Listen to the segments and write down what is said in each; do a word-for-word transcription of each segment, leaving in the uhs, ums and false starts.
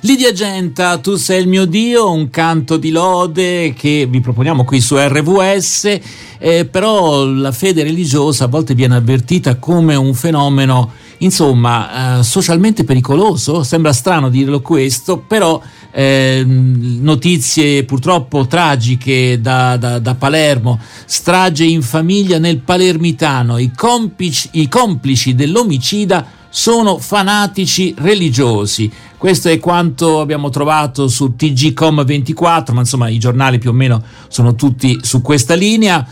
Lidia Genta, Tu sei il mio Dio, un canto di lode che vi proponiamo qui su R V S, eh, però la fede religiosa a volte viene avvertita come un fenomeno, insomma, eh, socialmente pericoloso. Sembra strano dirlo questo, però eh, notizie purtroppo tragiche da, da, da Palermo, strage in famiglia nel palermitano, i complici, i complici dell'omicida sono fanatici religiosi. Questo è quanto abbiamo trovato su T G Com ventiquattro, ma insomma i giornali più o meno sono tutti su questa linea.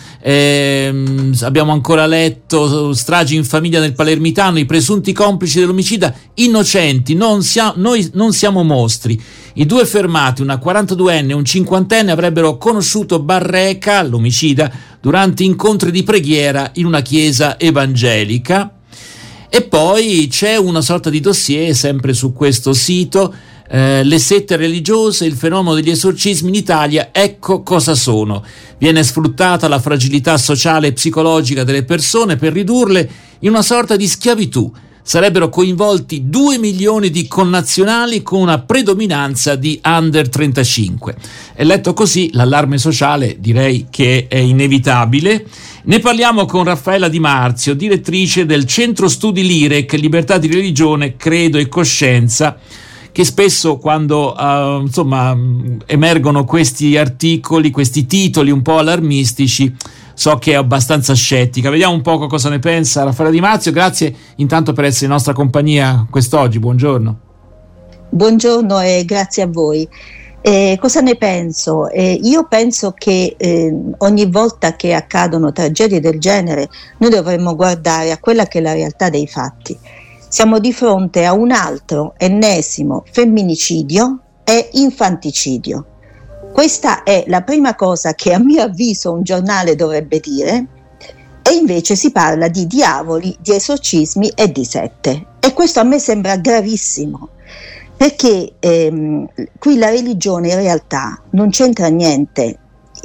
Ehm, abbiamo ancora letto stragi in famiglia nel palermitano, i presunti complici dell'omicida innocenti, non sia, noi non siamo mostri. I due fermati, una quarantaduenne e un cinquantenne, avrebbero conosciuto Barreca, l'omicida, durante incontri di preghiera in una chiesa evangelica. E poi c'è una sorta di dossier sempre su questo sito, eh, le sette religiose, il fenomeno degli esorcismi in Italia, ecco cosa sono. Viene sfruttata la fragilità sociale e psicologica delle persone per ridurle in una sorta di schiavitù. Sarebbero coinvolti due milioni di connazionali con una predominanza di under trentacinque. E letto così, l'allarme sociale direi che è inevitabile. Ne parliamo con Raffaella Di Marzio, direttrice del Centro Studi L'Irec, Libertà di Religione, Credo e Coscienza, che spesso quando uh, insomma emergono questi articoli, questi titoli un po' allarmistici, so che è abbastanza scettica. Vediamo un po' cosa ne pensa Raffaella Di Marzio. Grazie intanto per essere in nostra compagnia quest'oggi, buongiorno. Buongiorno e grazie a voi. Eh, cosa ne penso? Eh, io penso che eh, ogni volta che accadono tragedie del genere noi dovremmo guardare a quella che è la realtà dei fatti. Siamo di fronte a un altro ennesimo femminicidio e infanticidio. Questa è la prima cosa che a mio avviso un giornale dovrebbe dire, e invece si parla di diavoli, di esorcismi e di sette. E questo a me sembra gravissimo, perché ehm, qui la religione in realtà non c'entra niente.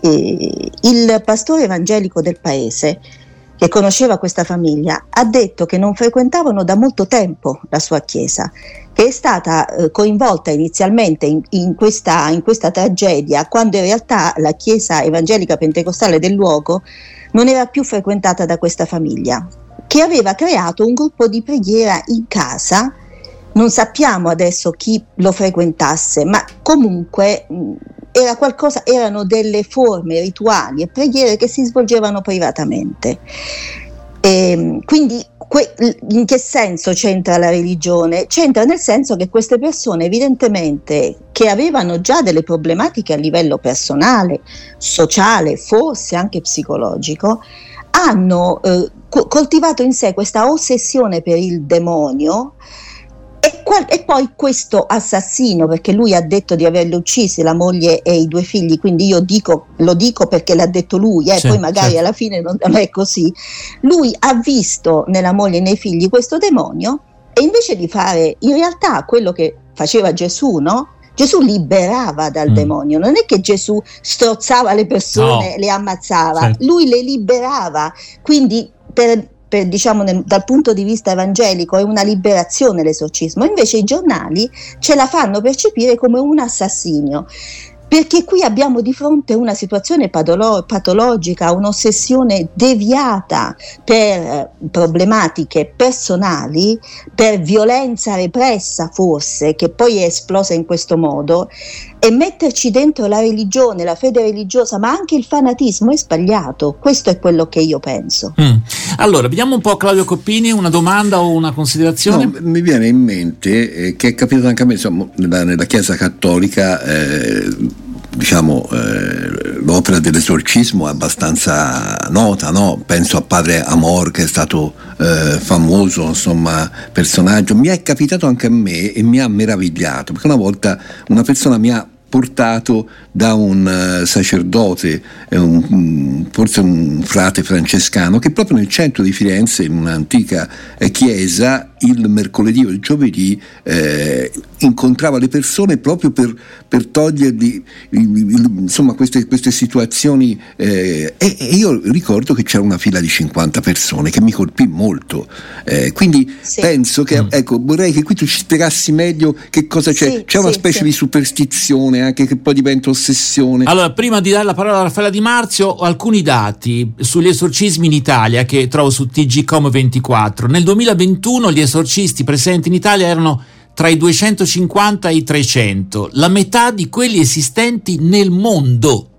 Eh, il pastore evangelico del paese, che conosceva questa famiglia, ha detto che non frequentavano da molto tempo la sua chiesa, che è stata eh, coinvolta inizialmente in, in, questa, in questa tragedia, quando in realtà la chiesa evangelica pentecostale del luogo non era più frequentata da questa famiglia, che aveva creato un gruppo di preghiera in casa. Non sappiamo adesso chi lo frequentasse, ma comunque mh, era qualcosa, erano delle forme rituali e preghiere che si svolgevano privatamente. E, quindi que, in che senso c'entra la religione? C'entra nel senso che queste persone evidentemente, che avevano già delle problematiche a livello personale, sociale, forse anche psicologico, hanno eh, coltivato in sé questa ossessione per il demonio. E, qual- e poi questo assassino, perché lui ha detto di averli uccisi, la moglie e i due figli, quindi io dico, lo dico perché l'ha detto lui, eh, sì, poi magari sì. Alla fine non, non è così. Lui ha visto nella moglie e nei figli questo demonio, e invece di fare in realtà quello che faceva Gesù, no? Gesù liberava dal mm. demonio, non è che Gesù strozzava le persone, no. le ammazzava, sì. Lui le liberava, quindi per Per, diciamo nel, dal punto di vista evangelico è una liberazione l'esorcismo. Invece i giornali ce la fanno percepire come un assassinio, perché qui abbiamo di fronte una situazione patolo- patologica, un'ossessione deviata per problematiche personali, per violenza repressa forse, che poi è esplosa in questo modo, e metterci dentro la religione, la fede religiosa, ma anche il fanatismo è sbagliato. Questo è quello che io penso. Mm. Allora, vediamo un po' Claudio Coppini, una domanda o una considerazione? No, mi viene in mente eh, che è capitato anche a me, insomma, nella, nella Chiesa cattolica, eh, diciamo, eh, l'opera dell'esorcismo è abbastanza nota, no? Penso a Padre Amor, che è stato eh, famoso, insomma, personaggio. Mi è capitato anche a me e mi ha meravigliato, perché una volta una persona mi ha portato da un uh, sacerdote, eh, un, un, forse un frate francescano, che proprio nel centro di Firenze, in un'antica eh, chiesa, il mercoledì o il giovedì eh, incontrava le persone proprio per, per togliergli insomma queste, queste situazioni eh, e, e io ricordo che c'era una fila di cinquanta persone che mi colpì molto, eh, quindi sì. penso che mm. ecco, vorrei che qui tu ci spiegassi meglio che cosa c'è. Sì, c'è una sì, specie sì. di superstizione anche che poi diventa ossessione. Allora, prima di dare la parola a Raffaella Di Marzio, ho alcuni dati sugli esorcismi in Italia che trovo su T G Com ventiquattro. Nel duemilaventuno gli esorcisti presenti in Italia erano tra i duecentocinquanta e i trecento, la metà di quelli esistenti nel mondo.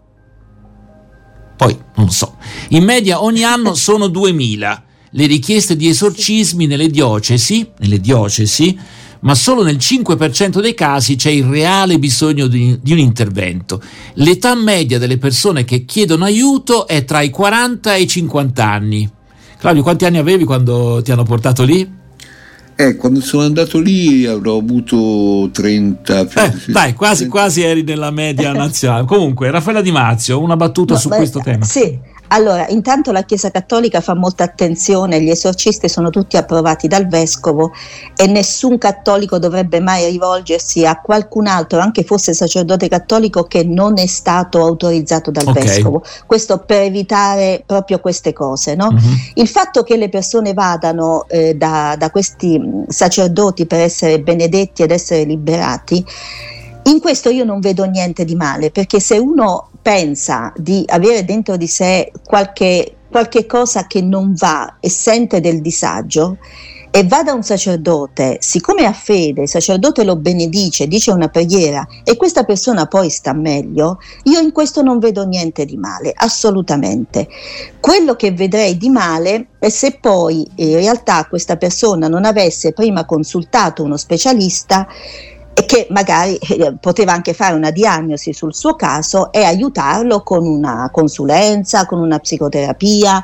Poi, non so, in media ogni anno sono duemila le richieste di esorcismi nelle diocesi, nelle diocesi, ma solo nel cinque per cento dei casi c'è il reale bisogno di, di un intervento. L'età media delle persone che chiedono aiuto è tra i quaranta e i cinquanta anni. Claudio, quanti anni avevi quando ti hanno portato lì? Eh, quando sono andato lì avrò avuto trenta. Eh, dai, quasi, quasi eri nella media nazionale. Comunque, Raffaella Di Marzio, una battuta no, su beh, questo tema. Sì. Allora, intanto la Chiesa Cattolica fa molta attenzione, gli esorcisti sono tutti approvati dal Vescovo e nessun cattolico dovrebbe mai rivolgersi a qualcun altro, anche fosse sacerdote cattolico, che non è stato autorizzato dal okay. Vescovo. Questo per evitare proprio queste cose, no? Uh-huh. Il fatto che le persone vadano eh, da, da questi sacerdoti per essere benedetti ed essere liberati, in questo io non vedo niente di male, perché se uno pensa di avere dentro di sé qualche, qualche cosa che non va e sente del disagio e va da un sacerdote, siccome ha fede, il sacerdote lo benedice, dice una preghiera e questa persona poi sta meglio, io in questo non vedo niente di male, assolutamente. Quello che vedrei di male è se poi in realtà questa persona non avesse prima consultato uno specialista e che magari eh, poteva anche fare una diagnosi sul suo caso e aiutarlo con una consulenza, con una psicoterapia.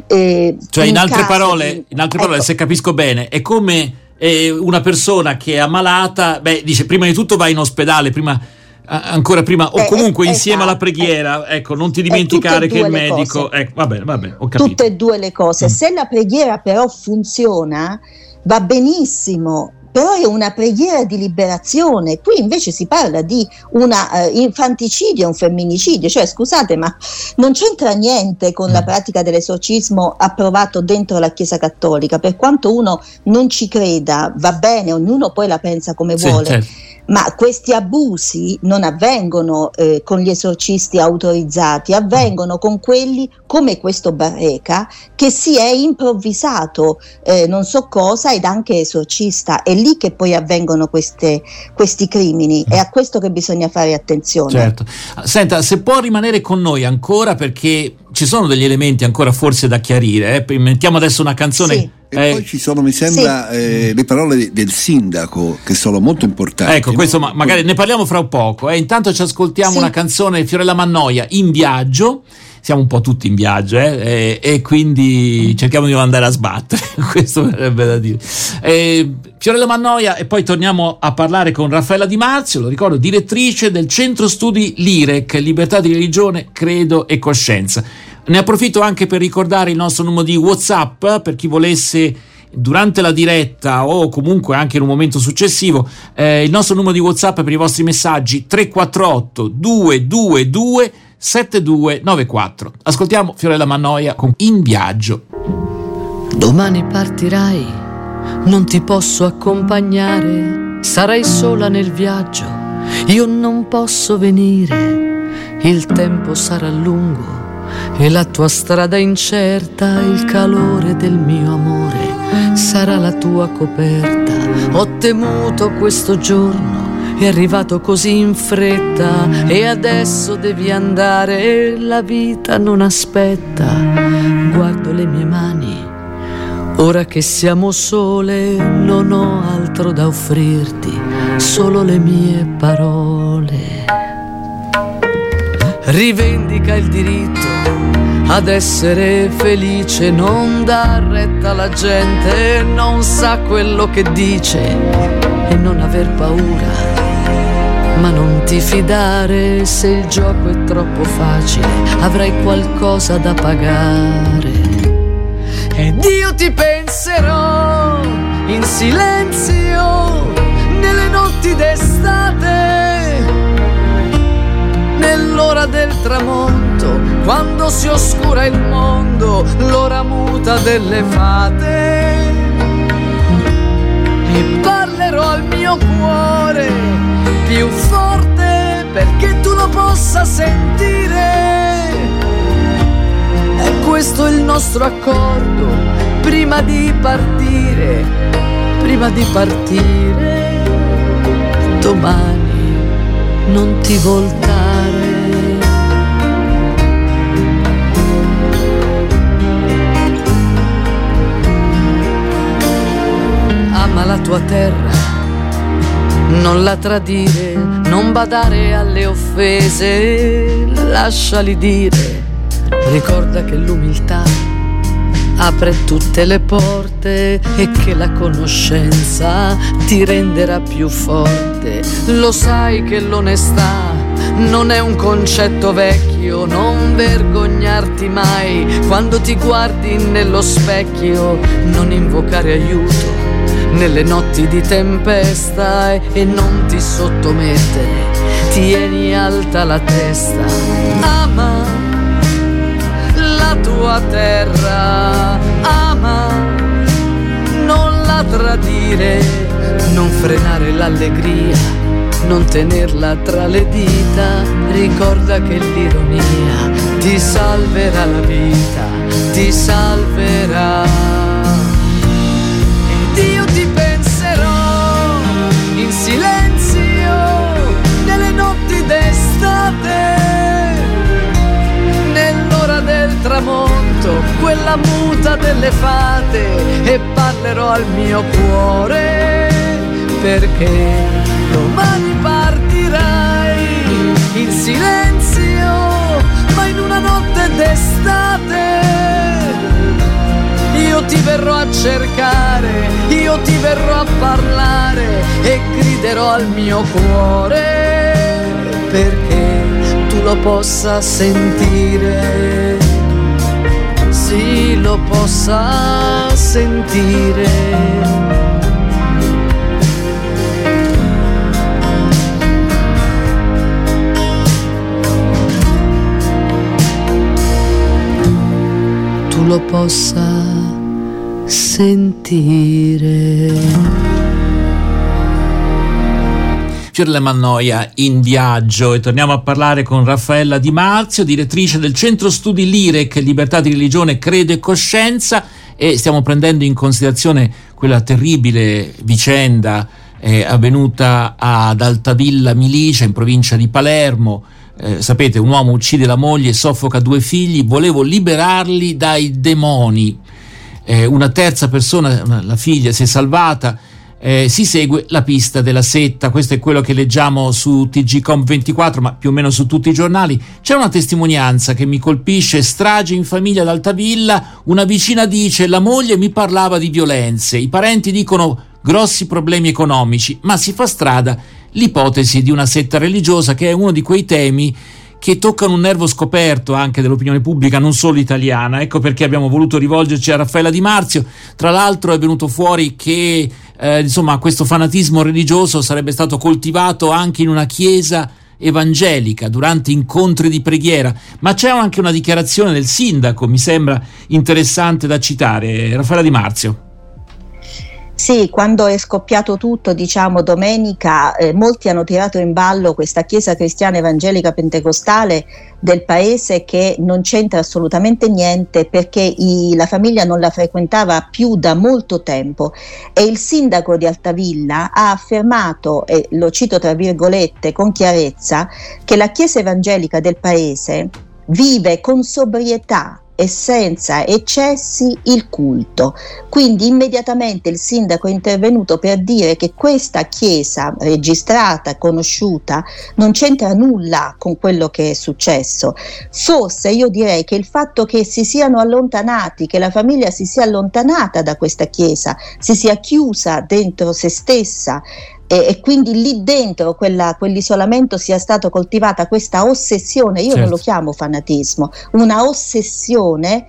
Eh, cioè in, in altre parole, di, in altre parole ecco. Se capisco bene, è come eh, una persona che è ammalata, beh, dice prima di tutto vai in ospedale, prima ancora prima o comunque eh, insieme esatto, alla preghiera, eh, ecco, non ti dimenticare che il medico, ecco, va bene, va bene, ho capito. Tutte e due le cose. Mm. Se la preghiera però funziona, va benissimo. Però è una preghiera di liberazione, qui invece si parla di un uh, infanticidio, un femminicidio, cioè scusate ma non c'entra niente con la pratica dell'esorcismo approvato dentro la Chiesa Cattolica, per quanto uno non ci creda, va bene, ognuno poi la pensa come sì, vuole. Certo. Ma questi abusi non avvengono eh, con gli esorcisti autorizzati, avvengono con quelli come questo Barreca che si è improvvisato eh, non so cosa ed anche esorcista. È lì che poi avvengono queste, questi crimini, è a questo che bisogna fare attenzione. Certo. Senta, se può rimanere con noi ancora, perché ci sono degli elementi ancora forse da chiarire, eh? Mettiamo adesso una canzone. Sì. E eh, poi ci sono, mi sembra, sì. eh, le parole del sindaco che sono molto importanti. Ecco, questo ma- magari ne parliamo fra poco. Eh. Intanto ci ascoltiamo sì. una canzone di Fiorella Mannoia, In viaggio. Siamo un po' tutti in viaggio eh? e, e quindi cerchiamo di non andare a sbattere. Questo verrebbe da dire. Eh, Fiorella Mannoia e poi torniamo a parlare con Raffaella Di Marzio, lo ricordo, direttrice del Centro Studi L'Irec, Libertà di Religione, Credo e Coscienza. Ne approfitto anche per ricordare il nostro numero di WhatsApp per chi volesse durante la diretta o comunque anche in un momento successivo, eh, il nostro numero di WhatsApp per i vostri messaggi tre quattro otto due due due sette due nove quattro. Ascoltiamo Fiorella Mannoia con In viaggio. Domani partirai, non ti posso accompagnare, sarai sola nel viaggio, io non posso venire, il tempo sarà lungo e la tua strada incerta, il calore del mio amore sarà la tua coperta. Ho temuto questo giorno, è arrivato così in fretta e adesso devi andare, la vita non aspetta. Guardo le mie mani, ora che siamo sole, non ho altro da offrirti, solo le mie parole. Rivendica il diritto ad essere felice, non dà retta alla gente, non sa quello che dice e non aver paura, ma non ti fidare, se il gioco è troppo facile avrai qualcosa da pagare. Ed io ti penserò in silenzio nelle notti d'estate, nell'ora del tramonto, quando si oscura il mondo, l'ora muta delle fate. E parlerò al mio cuore più forte perché tu lo possa sentire. E questo è il nostro accordo prima di partire, prima di partire. Domani non ti voltare. Ama la tua terra, non la tradire, non badare alle offese, lasciali dire. Ricorda che l'umiltà apre tutte le porte e che la conoscenza ti renderà più forte. Lo sai che l'onestà non è un concetto vecchio, non vergognarti mai quando ti guardi nello specchio, non invocare aiuto nelle notti di tempesta e, e non ti sottomettere, tieni alta la testa. Ama la tua terra, ama, non la tradire, non frenare l'allegria, non tenerla tra le dita. Ricorda che l'ironia ti salverà la vita, ti salverà. Ed io ti penserò in silenzio nelle notti d'estate, nell'ora del tramonto, quella muta delle fate, e parlerò al mio cuore perché domani partirai in silenzio, ma in una notte d'estate io ti verrò a cercare, io ti verrò a parlare e griderò al mio cuore perché tu lo possa sentire, sì, lo possa sentire. Lo possa sentire. Fiorella Mannoia in viaggio, e torniamo a parlare con Raffaella Di Marzio, direttrice del Centro Studi L'Irec, Libertà di Religione, Credo e Coscienza, e stiamo prendendo in considerazione quella terribile vicenda eh, avvenuta ad Altavilla Milicia in provincia di Palermo. Eh, sapete, un uomo uccide la moglie, soffoca due figli, volevo liberarli dai demoni. Eh, una terza persona, la figlia, si è salvata. Eh, si segue la pista della setta. Questo è quello che leggiamo su T G Com ventiquattro, ma più o meno su tutti i giornali. C'è una testimonianza che mi colpisce: strage in famiglia ad Altavilla. Una vicina dice: la moglie mi parlava di violenze, i parenti dicono grossi problemi economici, ma si fa strada l'ipotesi di una setta religiosa, che è uno di quei temi che toccano un nervo scoperto anche dell'opinione pubblica, non solo italiana. Ecco perché abbiamo voluto rivolgerci a Raffaella Di Marzio. Tra l'altro è venuto fuori che eh, insomma questo fanatismo religioso sarebbe stato coltivato anche in una chiesa evangelica durante incontri di preghiera, ma c'è anche una dichiarazione del sindaco, mi sembra interessante da citare. Raffaella Di Marzio. Sì, quando è scoppiato tutto, diciamo domenica, eh, molti hanno tirato in ballo questa chiesa cristiana evangelica pentecostale del paese, che non c'entra assolutamente niente, perché i, la famiglia non la frequentava più da molto tempo, e il sindaco di Altavilla ha affermato, e lo cito tra virgolette con chiarezza, che la chiesa evangelica del paese vive con sobrietà e senza eccessi il culto. Quindi immediatamente il sindaco è intervenuto per dire che questa chiesa registrata, conosciuta, non c'entra nulla con quello che è successo. Forse io direi che il fatto che si siano allontanati, che la famiglia si sia allontanata da questa chiesa, si sia chiusa dentro se stessa, E, e quindi lì dentro quella, quell'isolamento sia stata coltivata questa ossessione, io certo. non lo chiamo fanatismo, una ossessione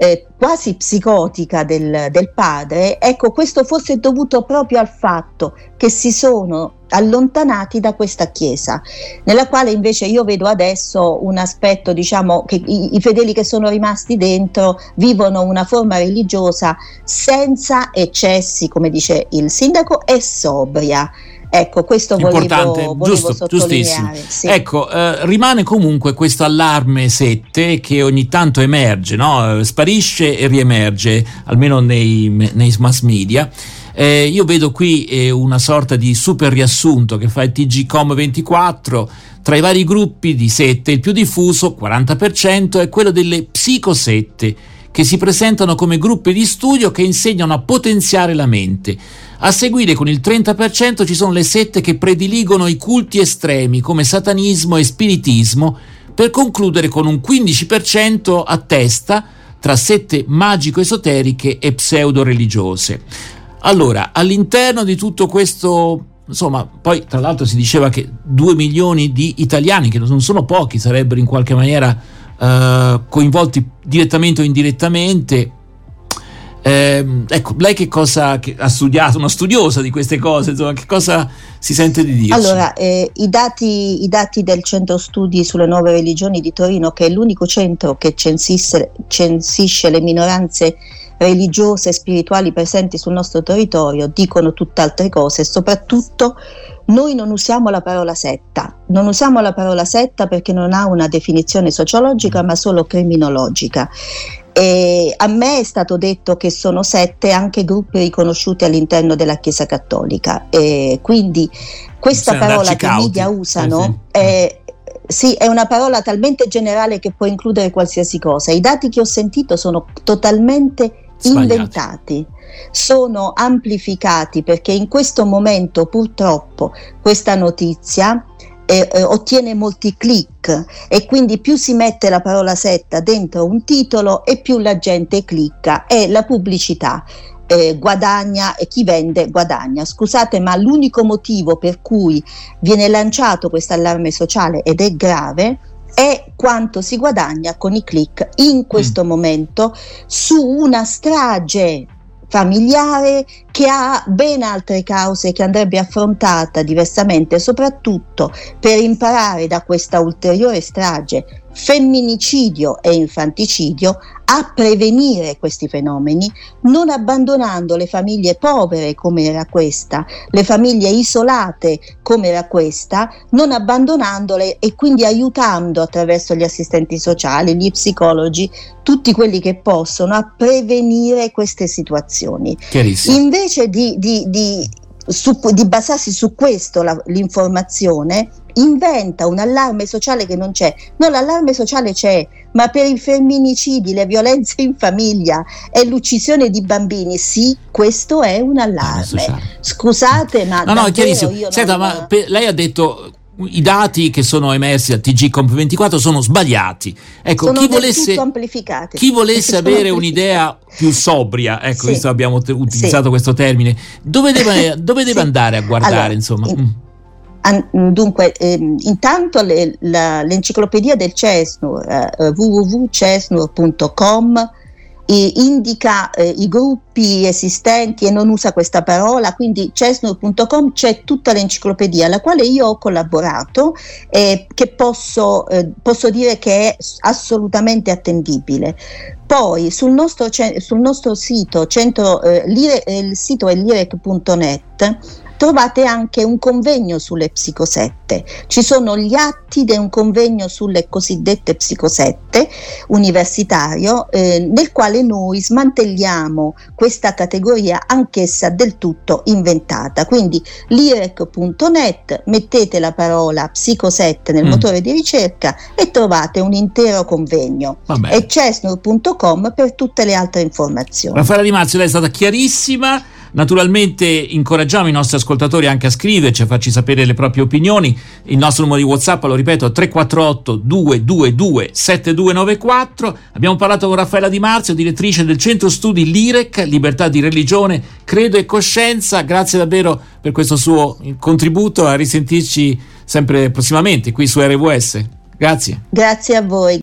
eh, quasi psicotica del, del padre, ecco, questo fosse dovuto proprio al fatto che si sono allontanati da questa chiesa, nella quale invece io vedo adesso un aspetto, diciamo, che i, i fedeli che sono rimasti dentro vivono una forma religiosa senza eccessi, come dice il sindaco, e sobria. Ecco, questo importante, volevo, volevo giusto, sottolineare. Sì. Ecco, eh, rimane comunque questo allarme sette che ogni tanto emerge, no? Sparisce e riemerge, almeno nei, nei mass media. Eh, io vedo qui eh, una sorta di super riassunto che fa il T G Com ventiquattro. Tra i vari gruppi di sette, il più diffuso, quaranta per cento, è quello delle psicosette, che si presentano come gruppi di studio che insegnano a potenziare la mente. A seguire, con il trenta per cento, ci sono le sette che prediligono i culti estremi come satanismo e spiritismo, per concludere con un quindici per cento a testa tra sette magico-esoteriche e pseudo-religiose. Allora, all'interno di tutto questo, insomma, poi tra l'altro si diceva che due milioni di italiani, che non sono pochi, sarebbero in qualche maniera eh, coinvolti direttamente o indirettamente. Eh, ecco, lei che cosa che ha studiato, una studiosa di queste cose, insomma, che cosa si sente di dirci? Allora, eh, i dati, i dati del Centro Studi sulle Nuove Religioni di Torino, che è l'unico centro che censisse, censisce le minoranze religiose e spirituali presenti sul nostro territorio, dicono tutt'altre cose, e soprattutto noi non usiamo la parola setta, non usiamo la parola setta perché non ha una definizione sociologica ma solo criminologica. E a me è stato detto che sono sette anche gruppi riconosciuti all'interno della Chiesa Cattolica, e quindi questa parola che i media usano sì, sì. È, sì, è una parola talmente generale che può includere qualsiasi cosa. I dati che ho sentito sono totalmente sbagliati, inventati, sono amplificati, perché in questo momento purtroppo questa notizia Eh, eh, ottiene molti click, e quindi più si mette la parola setta dentro un titolo e più la gente clicca, e la pubblicità eh, guadagna, e chi vende guadagna. Scusate, ma l'unico motivo per cui viene lanciato questo allarme sociale, ed è grave, è quanto si guadagna con i click in questo mm. momento su una strage familiare che ha ben altre cause, che andrebbe affrontata diversamente, soprattutto per imparare da questa ulteriore strage, femminicidio e infanticidio, a prevenire questi fenomeni, non abbandonando le famiglie povere come era questa, le famiglie isolate come era questa, non abbandonandole, e quindi aiutando attraverso gli assistenti sociali, gli psicologi, tutti quelli che possono, a prevenire queste situazioni. Invece di, di, di, su, di basarsi su questo la, l'informazione inventa un allarme sociale che non c'è. No, l'allarme sociale c'è, ma per i femminicidi, le violenze in famiglia e l'uccisione di bambini, sì, questo è un allarme. Scusate, ma no, no, è chiarissimo. Io Senta, non... ma per, lei ha detto i dati che sono emersi da T G Com ventiquattro sono sbagliati. Ecco, sono chi volesse, amplificati. chi volesse avere un'idea più sobria, ecco, sì, visto abbiamo te- utilizzato sì. questo termine, dove deve, dove deve sì. andare a guardare, allora, insomma? In, an, dunque, ehm, intanto le, la, l'enciclopedia del Cesnur, eh, w w w punto cesnur punto com, E indica eh, i gruppi esistenti e non usa questa parola, quindi cesnur punto com c'è tutta l'enciclopedia, alla quale io ho collaborato, e che posso, eh, posso dire che è assolutamente attendibile. Poi sul nostro, sul nostro sito, centro, eh, lire, eh, il sito è lirec punto net, trovate anche un convegno sulle psicosette. Ci sono gli atti di un convegno sulle cosiddette psicosette universitario, eh, nel quale noi smantelliamo questa categoria, anch'essa del tutto inventata. Quindi lirec punto net, mettete la parola psicosette nel mm. motore di ricerca e trovate un intero convegno. E cesnur punto com per tutte le altre informazioni. Raffaella Di Marzio, lei è stata chiarissima. Naturalmente incoraggiamo i nostri ascoltatori anche a scriverci, a farci sapere le proprie opinioni. Il nostro numero di WhatsApp, lo ripeto, tre quattro otto due due due sette due nove quattro. Abbiamo parlato con Raffaella Di Marzio, direttrice del Centro Studi Lirec, Libertà di Religione, Credo e Coscienza. Grazie davvero per questo suo contributo, a risentirci sempre prossimamente qui su R V S. Grazie. Grazie a voi.